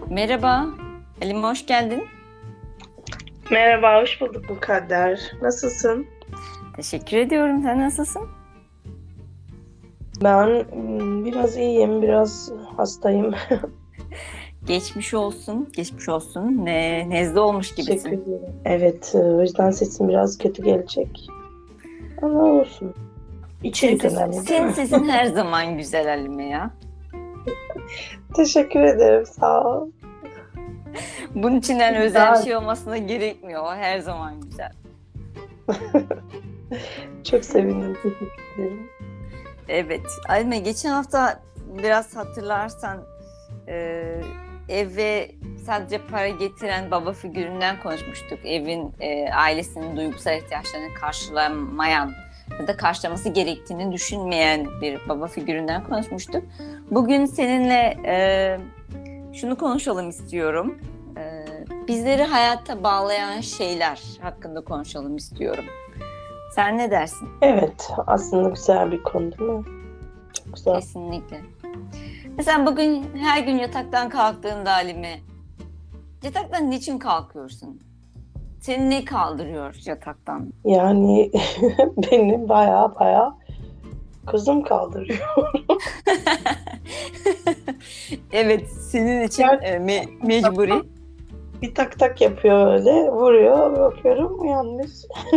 Merhaba, Halime hoş geldin. Merhaba, hoş bulduk Mukadder. Nasılsın? Teşekkür ediyorum. Sen nasılsın? Ben biraz iyiyim, biraz hastayım. Geçmiş olsun, geçmiş olsun. Nezle olmuş Teşekkür gibisin. ederim. Evet, o yüzden sesim biraz kötü gelecek. Ama olsun. İçerik önemli değil Senin mi? sesin her zaman güzel Halime ya. Teşekkür ederim, sağ ol. Bunun içinden özel bir Daha şey olmasına gerekmiyor. O her zaman güzel. çok sevindim, teşekkür ederim. Evet, Halime geçen hafta biraz hatırlarsan e, eve sadece para getiren baba figüründen konuşmuştuk. Evin ailesinin duygusal ihtiyaçlarını karşılamayan ya da karşılaması gerektiğini düşünmeyen bir baba figüründen konuşmuştuk. Bugün seninle şunu konuşalım istiyorum. Bizleri hayata bağlayan şeyler hakkında konuşalım istiyorum. Sen ne dersin? Evet, aslında güzel bir konu değil mi? Çok güzel. Kesinlikle. Mesela bugün her gün yataktan kalktığında Halime, yataktan niçin kalkıyorsun? Seni ne kaldırıyor yataktan? Yani beni baya kızım kaldırıyor. Evet, senin için Gerçekten mecburi. bir tak tak yapıyor öyle, vuruyor, bakıyorum yanlış.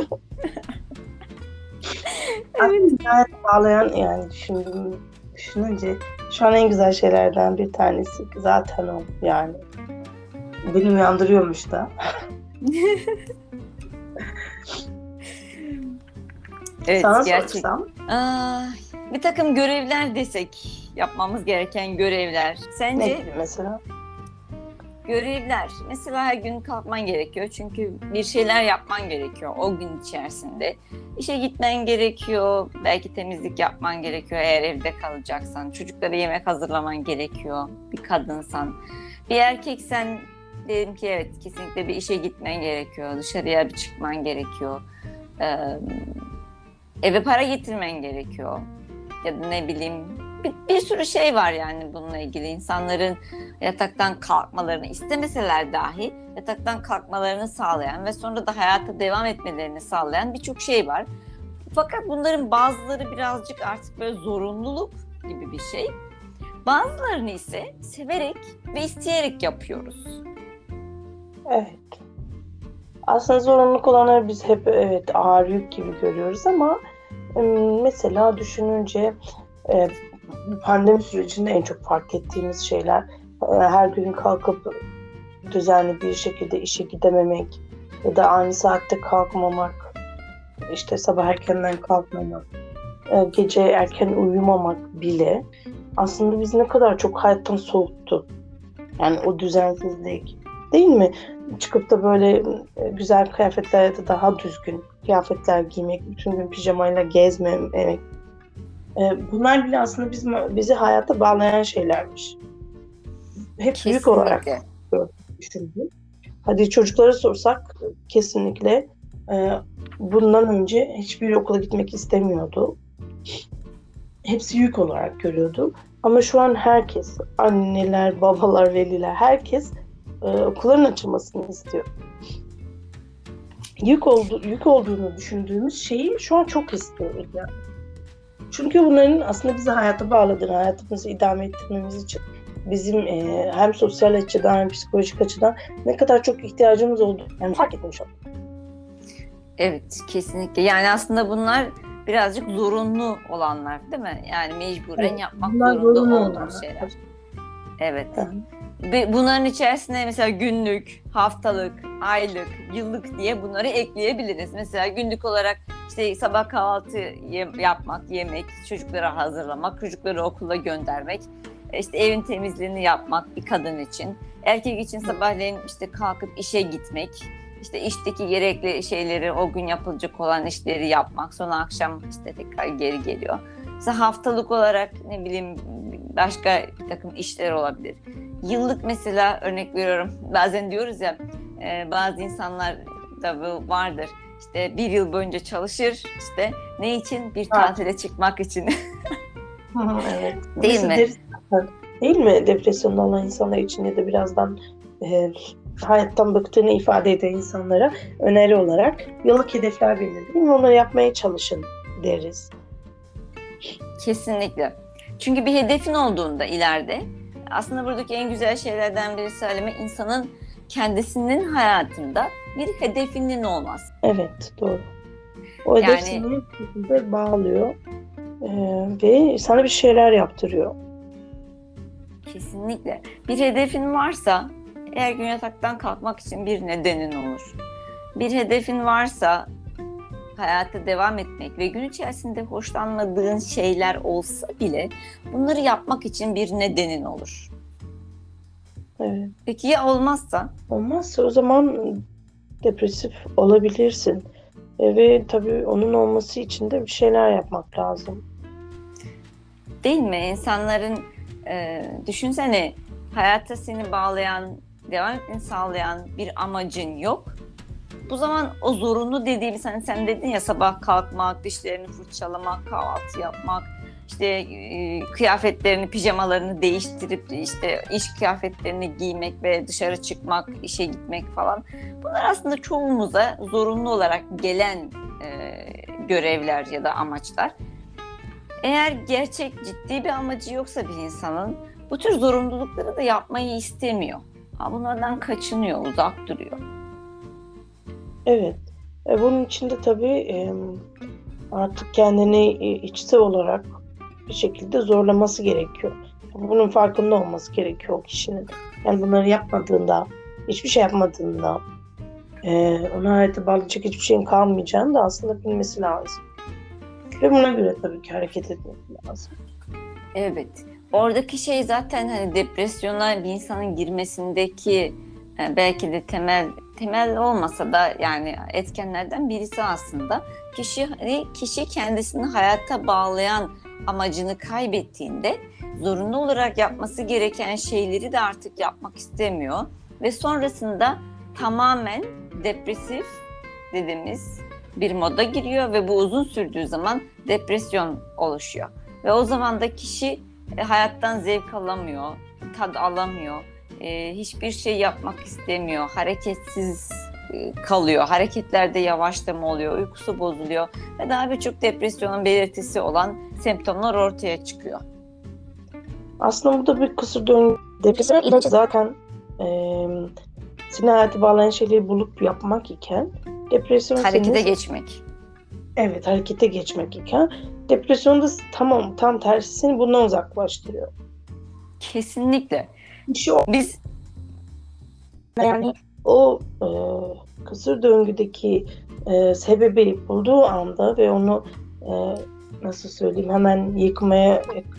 Evet. Aslında bağlayan yani düşününce şu an en güzel şeylerden bir tanesi zaten o yani. Beni uyandırıyormuş da. Evet, Sana gerçek. sorsam Aa, bir takım görevler desek, yapmamız gereken görevler. ne Sence gibi mesela? görevler? Mesela her gün kalkman gerekiyor çünkü bir şeyler yapman gerekiyor o gün içerisinde. İşe gitmen gerekiyor, belki temizlik yapman gerekiyor eğer evde kalacaksan. Çocuklara yemek hazırlaman gerekiyor bir kadınsan. Bir erkeksen dedim ki evet kesinlikle bir işe gitmen gerekiyor, dışarıya bir çıkman gerekiyor. Ee, eve para getirmen gerekiyor. Ya da ne bileyim bir sürü şey var yani bununla ilgili. İnsanların yataktan kalkmalarını istemeseler dahi yataktan kalkmalarını sağlayan ve sonra da hayata devam etmelerini sağlayan birçok şey var. Fakat bunların bazıları birazcık artık böyle zorunluluk gibi bir şey. Bazılarını ise severek ve isteyerek yapıyoruz. Evet. Aslında zorunluluk olanları biz hep evet ağır yük gibi görüyoruz ama mesela düşününce e, pandemi sürecinde en çok fark ettiğimiz şeyler her gün kalkıp düzenli bir şekilde işe gidememek ya da aynı saatte kalkmamak, işte sabah erkenden kalkmamak, gece erken uyumamak bile aslında bizi ne kadar çok hayattan soğuttu. Yani o düzensizlik, değil mi? Çıkıp da böyle güzel kıyafetler ya da daha düzgün kıyafetler giymek, bütün gün pijamayla gezmemek. Bunlar bile aslında bizi hayata bağlayan şeylermiş. Hep büyük olarak Kesinlikle. düşündüm. Hadi çocuklara sorsak kesinlikle e, bundan önce hiçbir okula gitmek istemiyordu. Hepsi yük olarak görüyordu. Ama şu an herkes, anneler, babalar, veliler, herkes okulların açılmasını istiyor. Yük olduğunu düşündüğümüz şeyi şu an çok istiyoruz yani. Çünkü bunların aslında bizi hayata bağladığını, hayatımızı idame ettirmemiz için bizim hem sosyal açıdan hem psikolojik açıdan ne kadar çok ihtiyacımız olduğunu yani fark etmiş olduk. Evet, kesinlikle. Yani aslında bunlar birazcık zorunlu olanlar, değil mi? Yani mecburen Evet, yapmak bunlar zorunda zorunlu olduğumuz olanlar. şeyler. Evet. Yani, Bunların içerisine mesela günlük, haftalık, aylık, yıllık diye bunları ekleyebiliriz. Mesela günlük olarak işte sabah kahvaltı yapmak, yemek, çocuklara hazırlamak, çocukları okula göndermek, işte evin temizliğini yapmak bir kadın için. Erkek için sabahleyin işte kalkıp işe gitmek, işte işteki gerekli şeyleri, o gün yapılacak olan işleri yapmak, sonra akşam işte tekrar geri geliyor. Mesela haftalık olarak ne bileyim başka bir takım işler olabilir. Yıllık mesela örnek veriyorum. Bazen diyoruz ya bazı insanlar da bu vardır. İşte bir yıl boyunca çalışır işte ne için? Bir evet. tatile çıkmak için. Evet. Değil Mesela mi? deriz zaten. Değil mi? Depresyonda olan insanlar için ya da birazdan hayattan bıktığını ifade eden insanlara öneri olarak yıllık hedefler belirleyin ve onları yapmaya çalışın deriz. Kesinlikle. Çünkü bir hedefin olduğunda ileride aslında buradaki en güzel şeylerden birisi Halime, insanın kendisinin hayatında bir hedefinin olması. Evet, doğru. O hedef Yani seni bir şekilde bağlıyor ve sana bir şeyler yaptırıyor. kesinlikle. Bir hedefin varsa eğer gün yataktan kalkmak için bir nedenin olur. Bir hedefin varsa hayata devam etmek ve gün içerisinde hoşlanmadığın şeyler olsa bile bunları yapmak için bir nedenin olur. Evet. Peki ya olmazsa? Olmazsa o zaman depresif olabilirsin. Ve tabii onun olması için de bir şeyler yapmak lazım. Değil mi? İnsanların düşünsene, hayata seni bağlayan, devam etmeni sağlayan bir amacın yok. Bu zaman o zorunlu dediğimiz, hani sen dedin ya, sabah kalkmak, dişlerini fırçalamak, kahvaltı yapmak, işte kıyafetlerini, pijamalarını değiştirip işte iş kıyafetlerini giymek ve dışarı çıkmak, işe gitmek falan. Bunlar aslında çoğumuza zorunlu olarak gelen görevler ya da amaçlar. Eğer gerçek, ciddi bir amacı yoksa bir insanın bu tür zorunlulukları da yapmayı istemiyor. Bunlardan kaçınıyor, uzak duruyor. Evet. Bunun için de tabii artık kendini içsel olarak bir şekilde zorlaması gerekiyor. Bunun farkında olması gerekiyor o kişinin. Yani bunları yapmadığında, hiçbir şey yapmadığında ona hayata bağlayacak hiçbir şeyin kalmayacağını da aslında bilmesi lazım. Ve buna göre tabii ki hareket etmesi lazım. Evet. Oradaki şey zaten hani depresyona bir insanın girmesindeki belki de temel olmasa da yani etkenlerden birisi aslında kişi kendisini hayata bağlayan amacını kaybettiğinde zorunlu olarak yapması gereken şeyleri de artık yapmak istemiyor ve sonrasında tamamen depresif dediğimiz bir moda giriyor ve bu uzun sürdüğü zaman depresyon oluşuyor. Ve o zaman da kişi hayattan zevk alamıyor, tad alamıyor, hiçbir şey yapmak istemiyor, hareketsiz kalıyor, hareketlerde yavaşlama oluyor, uykusu bozuluyor ve daha birçok depresyonun belirtisi olan semptomlar ortaya çıkıyor. Aslında bu da bir kısır döngü. Depresyon ilacı zaten seni hayata bağlayan şeyleri bulup yapmak iken depresyon Harekete senin... geçmek. Evet, harekete geçmek iken depresyonda tam tersi seni bundan uzaklaştırıyor. Kesinlikle. Biz yani o kısır döngüdeki sebebi bulduğu anda ve onu nasıl söyleyeyim, hemen yıkmaya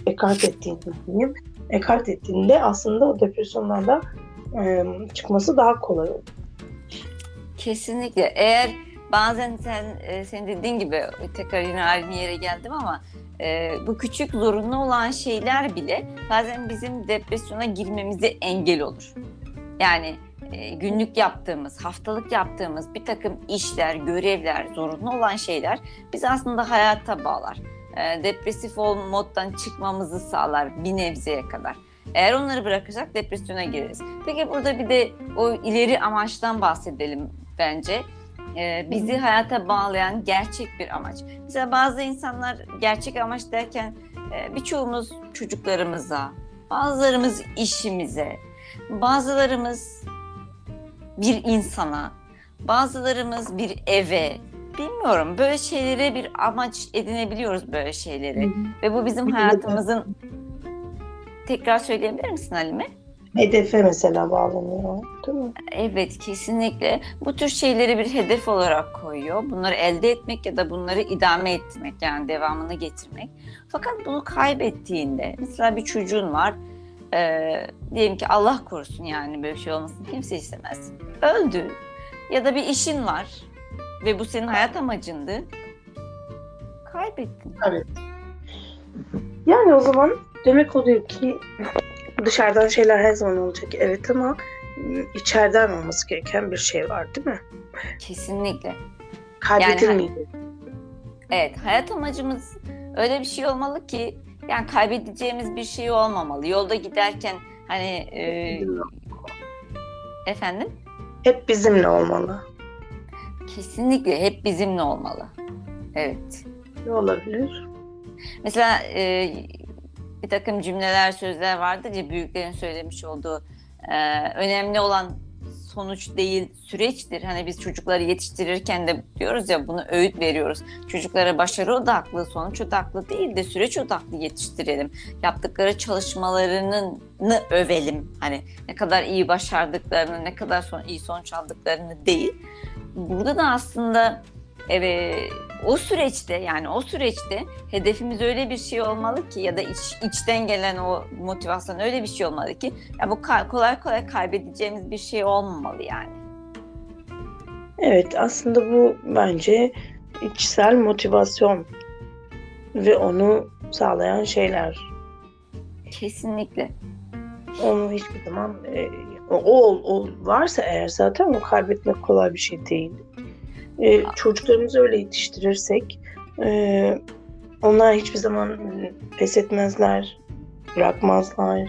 ekart ettiğinde aslında o depresyondan da çıkması daha kolay olur. Kesinlikle. Eğer bazen senin dediğin gibi tekrar yine aynı yere geldim ama bu küçük zorunlu olan şeyler bile bazen bizim depresyona girmemize engel olur. Yani günlük yaptığımız, haftalık yaptığımız bir takım işler, görevler, zorunlu olan şeyler bizi aslında hayata bağlar. Depresif moddan çıkmamızı sağlar bir nebzeye kadar. Eğer onları bırakırsak depresyona gireriz. Peki burada bir de o ileri amaçtan bahsedelim bence. Bizi hayata bağlayan gerçek bir amaç. Mesela bazı insanlar gerçek amaç derken birçoğumuz çocuklarımıza, bazılarımız işimize, bazılarımız bir insana, bazılarımız bir eve, bilmiyorum, böyle şeylere bir amaç edinebiliyoruz, böyle şeyleri. Ve bu bizim hayatımızın... Tekrar söyleyebilir misin Halime? Hedefe mesela bağlanıyor, değil mi? Evet, kesinlikle. Bu tür şeyleri bir hedef olarak koyuyor. Bunları elde etmek ya da bunları idame ettirmek, yani devamını getirmek. Fakat bunu kaybettiğinde, mesela bir çocuğun var, diyelim ki Allah korusun, yani böyle bir şey olmasını kimse istemez. Öldü. Ya da bir işin var ve bu senin hayat amacındı. Kaybettin. Evet. Yani o zaman demek oluyor ki dışarıdan şeyler her zaman olacak, evet, ama içeriden olması gereken bir şey var, değil mi? Kesinlikle. Kaybedilmeyecek. Evet, hayat amacımız öyle bir şey olmalı ki Yani kaybedeceğimiz bir şey olmamalı. Yolda giderken hani efendim, Hep bizimle olmalı. kesinlikle hep bizimle olmalı. Evet. Ne olabilir? Mesela bir takım cümleler, sözler vardır ya, büyüklerin söylemiş olduğu, önemli olan sonuç değil süreçtir. Hani biz çocukları yetiştirirken de diyoruz ya, bunu öğüt veriyoruz. Çocuklara başarı odaklı, sonuç odaklı değil de süreç odaklı yetiştirelim. Yaptıkları çalışmalarını övelim. Hani ne kadar iyi başardıklarını, ne kadar iyi sonuç aldıklarını değil. Burada da aslında evet, o süreçte hedefimiz öyle bir şey olmalı ki, ya da içten gelen o motivasyon öyle bir şey olmalı ki, ya bu kolay kolay kaybedeceğimiz bir şey olmamalı yani. Evet, aslında bu bence içsel motivasyon ve onu sağlayan şeyler. Kesinlikle. Onu hiçbir zaman o varsa eğer zaten onu kaybetmek kolay bir şey değil. Çocuklarımızı öyle yetiştirirsek onlar hiçbir zaman pes etmezler, bırakmazlar.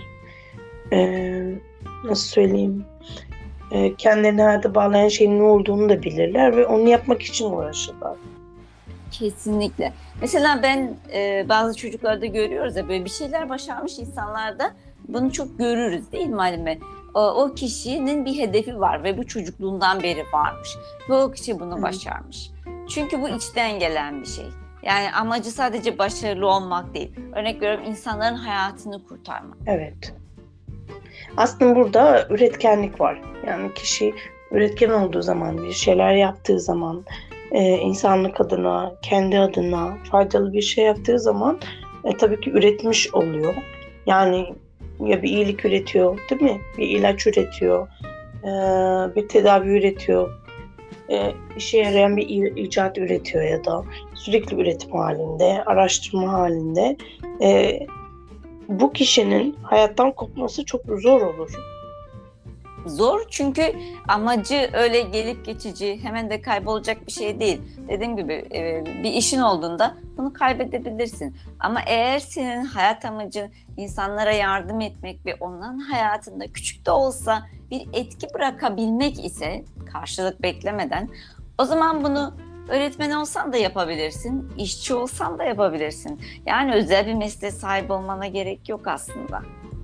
Nasıl söyleyeyim? Kendilerini hayata bağlayan şeyin ne olduğunu da bilirler ve onu yapmak için uğraşırlar. Kesinlikle. Mesela ben bazı çocuklarda görüyoruz ya, böyle bir şeyler başarmış insanlarda bunu çok görürüz değil mi Halime? O kişinin bir hedefi var ve bu çocukluğundan beri varmış. Ve o kişi bunu başarmış. Çünkü bu içten gelen bir şey. Yani amacı sadece başarılı olmak değil. Örnek veriyorum, insanların hayatını kurtarmak. Evet. Aslında burada üretkenlik var. Yani kişi üretken olduğu zaman, bir şeyler yaptığı zaman, insanlık adına, kendi adına faydalı bir şey yaptığı zaman tabii ki üretmiş oluyor. Yani ya bir iyilik üretiyor, değil mi? Bir ilaç üretiyor, bir tedavi üretiyor, işe yarayan bir icat üretiyor ya da sürekli üretim halinde, araştırma halinde. Bu kişinin hayattan kopması çok zor olur. Zor, çünkü amacı öyle gelip geçici, hemen de kaybolacak bir şey değil. Dediğim gibi bir işin olduğunda bunu kaybedebilirsin. Ama eğer senin hayat amacın insanlara yardım etmek ve onların hayatında küçük de olsa bir etki bırakabilmek ise, karşılık beklemeden, o zaman bunu öğretmen olsan da yapabilirsin, işçi olsan da yapabilirsin. Yani özel bir mesleğe sahip olmana gerek yok aslında.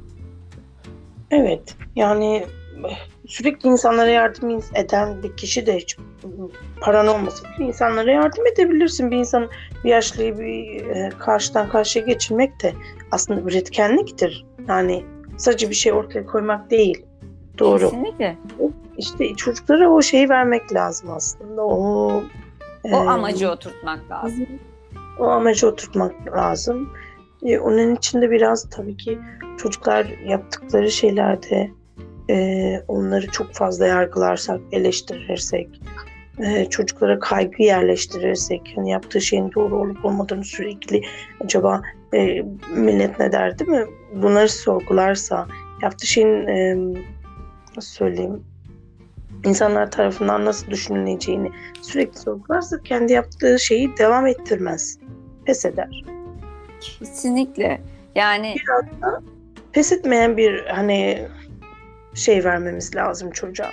Evet, yani sürekli insanlara yardım eden bir kişi de hiç paran olmasa bile insanlara yardım edebilirsin. Bir insan, bir yaşlıyı karşıdan karşıya geçirmek de aslında üretkenliktir. Yani sadece bir şey ortaya koymak değil. Doğru. Kesinlikle. İşte çocuklara o şeyi vermek lazım aslında. O amacı oturtmak lazım. O amacı oturtmak lazım. Onun için de biraz tabii ki çocuklar yaptıkları şeylerde onları çok fazla yargılarsak, eleştirirsek, çocuklara kaygı yerleştirirsek, hani yaptığı şeyin doğru olup olmadığını sürekli acaba millet ne der, değil mi? Bunları sorgularsa, yaptığı şeyin nasıl söyleyeyim, insanlar tarafından nasıl düşünüleceğini sürekli sorgularsa kendi yaptığı şeyi devam ettirmez. Pes eder. Kesinlikle. Yani Biraz da pes etmeyen bir hani şey vermemiz lazım çocuğa.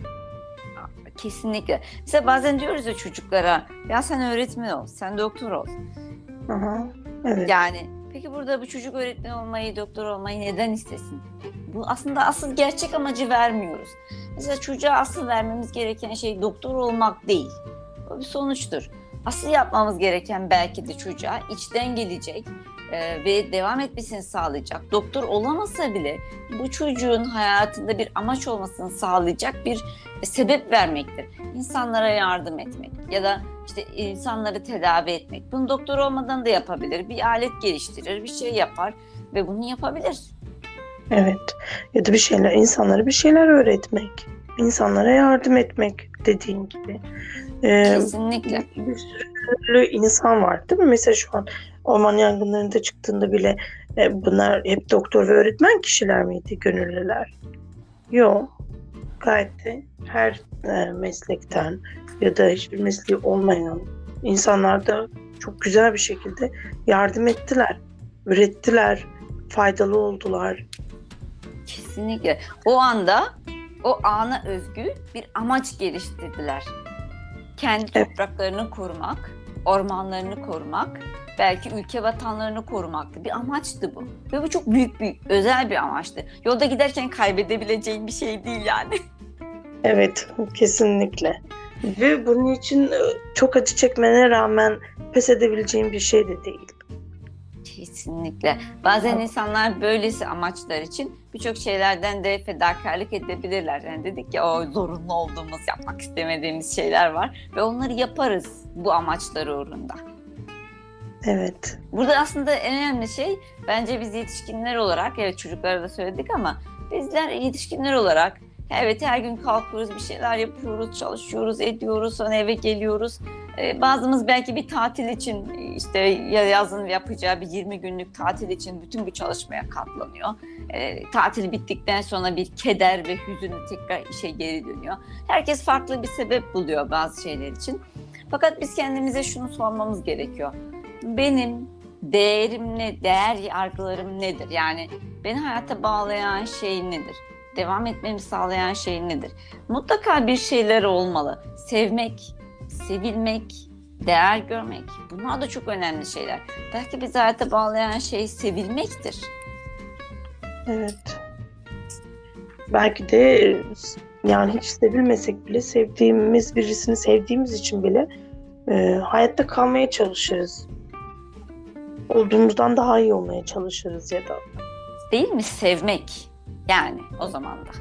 kesinlikle. Mesela bazen diyoruz ya çocuklara, ya sen öğretmen ol, sen doktor ol. Aha, evet. Yani peki burada bu çocuk öğretmen olmayı, doktor olmayı neden istesin? Bu aslında asıl gerçek amacı vermiyoruz. Mesela çocuğa asıl vermemiz gereken şey doktor olmak değil. O bir sonuçtur. Asıl yapmamız gereken belki de çocuğa içten gelecek ve devam etmesini sağlayacak. Doktor olamasa bile bu çocuğun hayatında bir amaç olmasını sağlayacak bir sebep vermektir. İnsanlara yardım etmek ya da işte insanları tedavi etmek. Bunu doktor olmadan da yapabilir. Bir alet geliştirir, bir şey yapar ve bunu yapabilir. Evet. Ya da bir şeyler, insanlara bir şeyler öğretmek, insanlara yardım etmek dediğin gibi. Kesinlikle. Bir sürü insan var, değil mi? Mesela şu an orman yangınlarında çıktığında bile bunlar hep doktor ve öğretmen kişiler miydi, gönüllüler? Yok. Gayet de her meslekten ya da hiçbir mesleği olmayan insanlar da çok güzel bir şekilde yardım ettiler. ürettiler, faydalı oldular. Kesinlikle. O anda o ana özgü bir amaç geliştirdiler. Kendi Evet. topraklarını korumak, ormanlarını korumak, belki ülke vatanlarını korumaktı. Bir amaçtı bu. Ve bu çok büyük bir, özel bir amaçtı. Yolda giderken kaybedebileceğin bir şey değil yani. Evet, kesinlikle. Ve bunun için çok acı çekmene rağmen pes edebileceğin bir şey de değil. Kesinlikle. Bazen insanlar böylesi amaçlar için birçok şeylerden de fedakarlık edebilirler. Yani dedik ya, o zorunlu olduğumuz, yapmak istemediğimiz şeyler var ve onları yaparız bu amaçlar uğrunda. Evet. Burada aslında en önemli şey, bence biz yetişkinler olarak, evet çocuklara da söyledik ama bizler yetişkinler olarak evet her gün kalkıyoruz, bir şeyler yapıyoruz, çalışıyoruz, ediyoruz, sonra eve geliyoruz. Bazımız belki bir tatil için, işte yazın yapacağı bir 20 günlük tatil için bütün bu çalışmaya katlanıyor. Tatil bittikten sonra bir keder ve hüzünle tekrar işe geri dönüyor. Herkes farklı bir sebep buluyor bazı şeyler için. Fakat biz kendimize şunu sormamız gerekiyor. Benim değerim ne, değer yargılarım nedir? Yani beni hayata bağlayan şey nedir? Devam etmemi sağlayan şey nedir? Mutlaka bir şeyler olmalı. Sevmek, sevilmek, değer görmek. Bunlar da çok önemli şeyler. Belki bizi hayata bağlayan şey sevilmektir. Evet. Belki de yani hiç sevilmesek bile sevdiğimiz birisini sevdiğimiz için bile hayatta kalmaya çalışırız. Olduğumuzdan daha iyi olmaya çalışırız ya da. Değil mi? Sevmek. Yani o zaman da.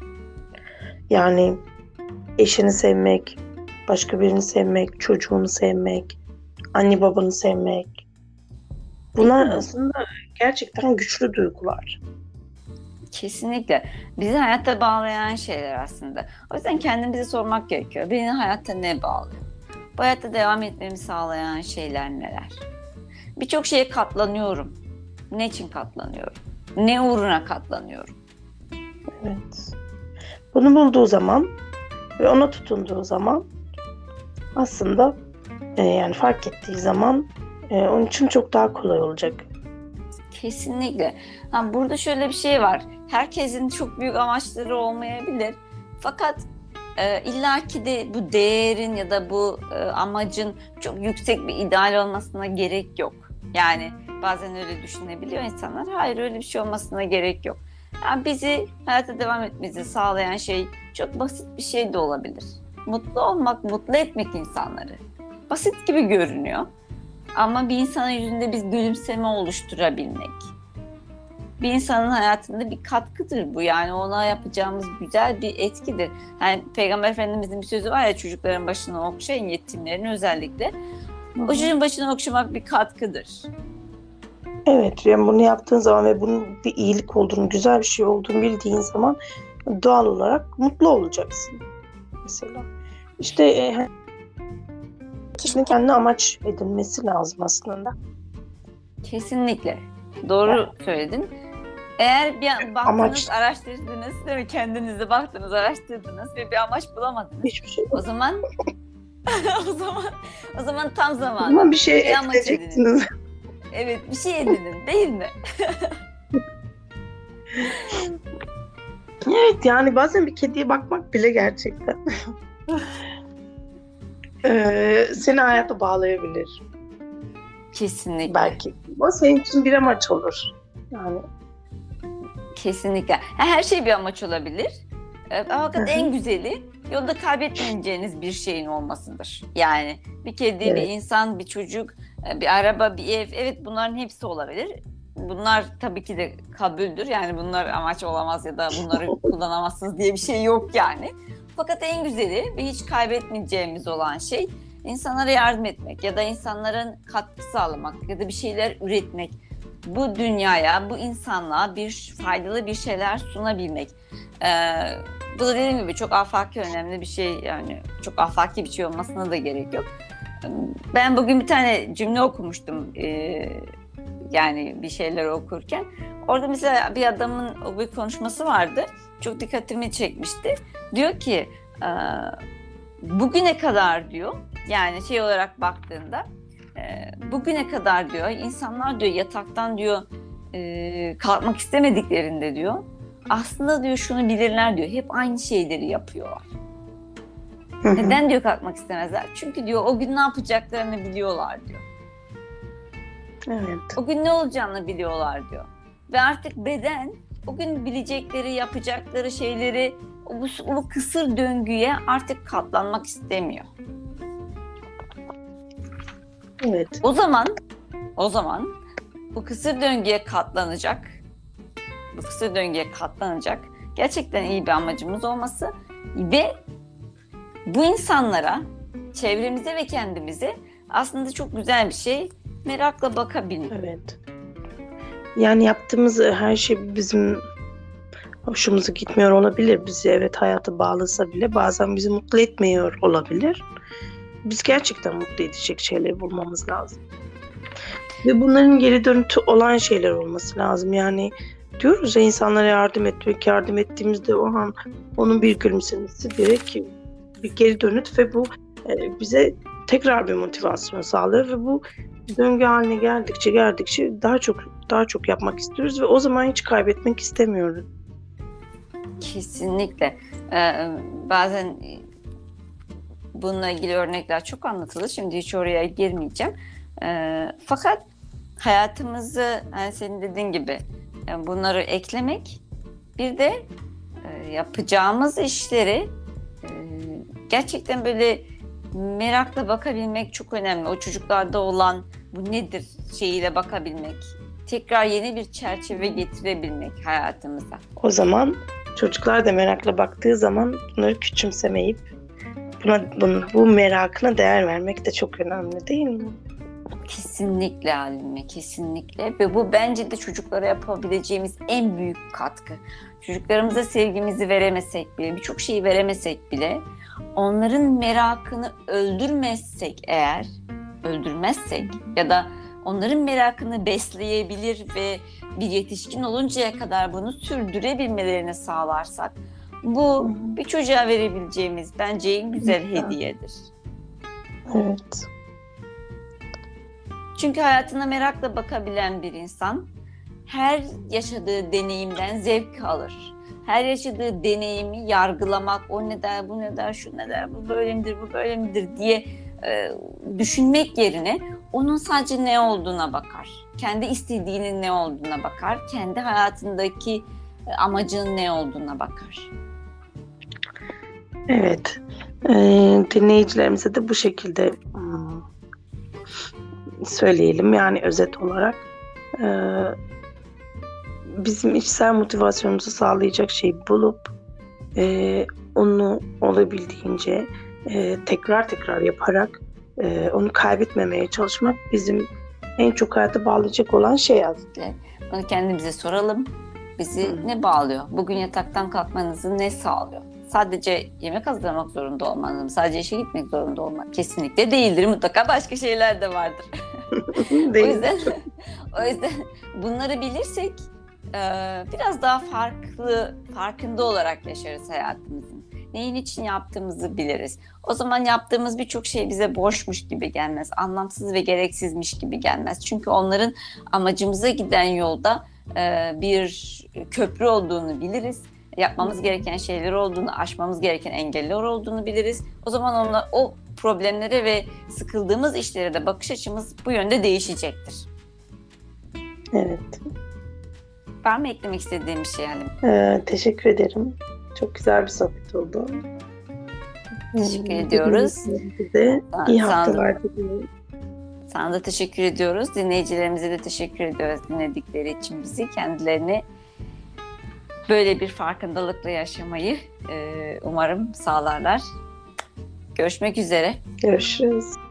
Yani eşini sevmek, başka birini sevmek, çocuğunu sevmek, anne babanı sevmek. Bunlar aslında gerçekten güçlü duygular. Kesinlikle. Bizi hayatta bağlayan şeyler aslında. O yüzden kendimize sormak gerekiyor. Beni hayatta ne bağlıyor? Bu hayatta devam etmemi sağlayan şeyler neler? Birçok şeye katlanıyorum. Ne için katlanıyorum? Ne uğruna katlanıyorum? Evet. Bunu bulduğu zaman ve ona tutunduğu zaman aslında yani fark ettiği zaman onun için çok daha kolay olacak. Kesinlikle. Burada şöyle bir şey var. Herkesin çok büyük amaçları olmayabilir. Fakat illaki de bu değerin ya da bu amacın çok yüksek bir ideal olmasına gerek yok. Yani bazen öyle düşünebiliyor insanlar. Hayır, öyle bir şey olmasına gerek yok. Yani bizi hayata devam etmemizi sağlayan şey çok basit bir şey de olabilir. Mutlu olmak, mutlu etmek insanları. Basit gibi görünüyor. Ama bir insanın yüzünde biz gülümseme oluşturabilmek. Bir insanın hayatında bir katkıdır bu. Yani ona yapacağımız güzel bir etkidir. Yani Peygamber Efendimizin bir sözü var ya, çocukların başını okşayın, yetimlerin özellikle. O çocuğun başını okşamak bir katkıdır. Evet, yani bunu yaptığın zaman ve bunun bir iyilik olduğunu, güzel bir şey olduğunu bildiğin zaman doğal olarak mutlu olacaksın. Mesela. İşte kişinin kendine amaç edinmesi lazım aslında. Kesinlikle. Doğru söyledin. Eğer bir baktınız, Amaç. araştırdınız, değil mi? Kendinize baktınız, araştırdınız ve bir amaç bulamadınız. Hiçbir şey yok. O zaman o zaman tam zamanı. Ama bir şey Bir amaç edinin. edineceksiniz. Evet, bir şey edinin, değil mi? Evet, yani bazen bir kediye bakmak bile gerçekten seni hayata bağlayabilir. Kesinlikle. Belki. O senin için bir amaç olur. Yani. Kesinlikle. Her şey bir amaç olabilir. Fakat en güzeli yolda kaybetmeyeceğiniz bir şeyin olmasıdır. Yani bir kedi, Evet. bir insan, bir çocuk, bir araba, bir ev. Evet, bunların hepsi olabilir. Bunlar tabii ki de kabuldür. Yani bunlar amaç olamaz ya da bunları kullanamazsınız diye bir şey yok yani. Fakat en güzeli ve hiç kaybetmeyeceğimiz olan şey insanlara yardım etmek ya da insanların katkı sağlamak ya da bir şeyler üretmek. Bu dünyaya, bu insanlığa faydalı bir şeyler sunabilmek. Bu da dediğim gibi çok afaki önemli bir şey, yani çok afaki bir şey olmasına da gerek yok. Ben bugün bir tane cümle okumuştum, yani bir şeyler okurken. Orada mesela bir adamın bir konuşması vardı, çok dikkatimi çekmişti. Diyor ki, bugüne kadar diyor, yani şey olarak baktığında Bugüne kadar diyor insanlar diyor yataktan diyor kalkmak istemediklerinde diyor aslında diyor şunu bilirler diyor hep aynı şeyleri yapıyorlar. Neden diyor kalkmak istemezler? Çünkü diyor o gün ne yapacaklarını biliyorlar diyor. Evet. O gün ne olacağını biliyorlar diyor. Ve artık beden o gün bilecekleri, yapacakları şeyleri bu kısır döngüye artık katlanmak istemiyor. Evet. O zaman bu kısır döngüye katlanacak. Bu kısır döngüye katlanacak. Gerçekten iyi bir amacımız olması ve bu insanlara, çevremize ve kendimize aslında çok güzel bir şey merakla bakabilmek. Evet. Yani yaptığımız her şey bizim hoşumuza gitmiyor olabilir. Bizi evet hayata bağlasa bile bazen bizi mutlu etmiyor olabilir. Biz gerçekten mutlu edecek şeyleri bulmamız lazım. Ve bunların geri dönütü olan şeyler olması lazım. Yani diyoruz ya insanlara yardım ettiğimizde o an onun bir gülümsemesi bir geri dönüt ve bu bize tekrar bir motivasyon sağlıyor ve bu döngü haline geldikçe daha çok yapmak istiyoruz ve o zaman hiç kaybetmek istemiyoruz. Kesinlikle. Bazen bununla ilgili örnekler çok anlatılır. Şimdi hiç oraya girmeyeceğim. Fakat hayatımızı yani senin dediğin gibi bunları eklemek bir de yapacağımız işleri gerçekten böyle merakla bakabilmek çok önemli. O çocuklarda olan bu nedir şeyiyle bakabilmek. Tekrar yeni bir çerçeve getirebilmek hayatımıza. O zaman çocuklar da merakla baktığı zaman bunları küçümsemeyip bu merakına değer vermek de çok önemli değil mi? Kesinlikle Halime, kesinlikle. Ve bu bence de çocuklara yapabileceğimiz en büyük katkı. Çocuklarımıza sevgimizi veremesek bile, birçok şeyi veremesek bile onların merakını öldürmezsek ya da onların merakını besleyebilir ve bir yetişkin oluncaya kadar bunu sürdürebilmelerini sağlarsak bu bir çocuğa verebileceğimiz bence en güzel hediyedir. Evet. Çünkü hayatına merakla bakabilen bir insan her yaşadığı deneyimden zevk alır. Her yaşadığı deneyimi yargılamak, o ne der, bu ne der, şu ne der, bu böyle midir, bu böyle midir diye düşünmek yerine onun sadece ne olduğuna bakar. Kendi istediğinin ne olduğuna bakar. Kendi hayatındaki amacının ne olduğuna bakar. Evet. Dinleyicilerimize de bu şekilde söyleyelim. Yani özet olarak bizim içsel motivasyonumuzu sağlayacak şeyi bulup onu olabildiğince tekrar yaparak onu kaybetmemeye çalışmak bizim en çok hayata bağlayacak olan şey aslında. Bunu kendimize soralım. Bizi ne bağlıyor? Bugün yataktan kalkmanızı ne sağlıyor? Sadece yemek hazırlamak zorunda olmanız mı? Sadece işe gitmek zorunda olmak? Kesinlikle değildir. Mutlaka başka şeyler de vardır. O yüzden bunları bilirsek biraz daha farkında olarak yaşarız hayatımızın. Neyin için yaptığımızı biliriz. O zaman yaptığımız birçok şey bize boşmuş gibi gelmez. Anlamsız ve gereksizmiş gibi gelmez. Çünkü onların amacımıza giden yolda bir köprü olduğunu biliriz. Yapmamız gereken şeyler olduğunu, aşmamız gereken engeller olduğunu biliriz. O zaman o problemlere ve sıkıldığımız işlere de bakış açımız bu yönde değişecektir. Evet. Var mı eklemek istediğim bir şey Halim? Teşekkür ederim. Çok güzel bir sohbet oldu. Teşekkür ediyoruz. İyi haftalar diliyorum. Sana da teşekkür ediyoruz. Dinleyicilerimize de teşekkür ediyoruz dinledikleri için bizi. Kendilerini böyle bir farkındalıkla yaşamayı umarım sağlarlar. Görüşmek üzere. Görüşürüz.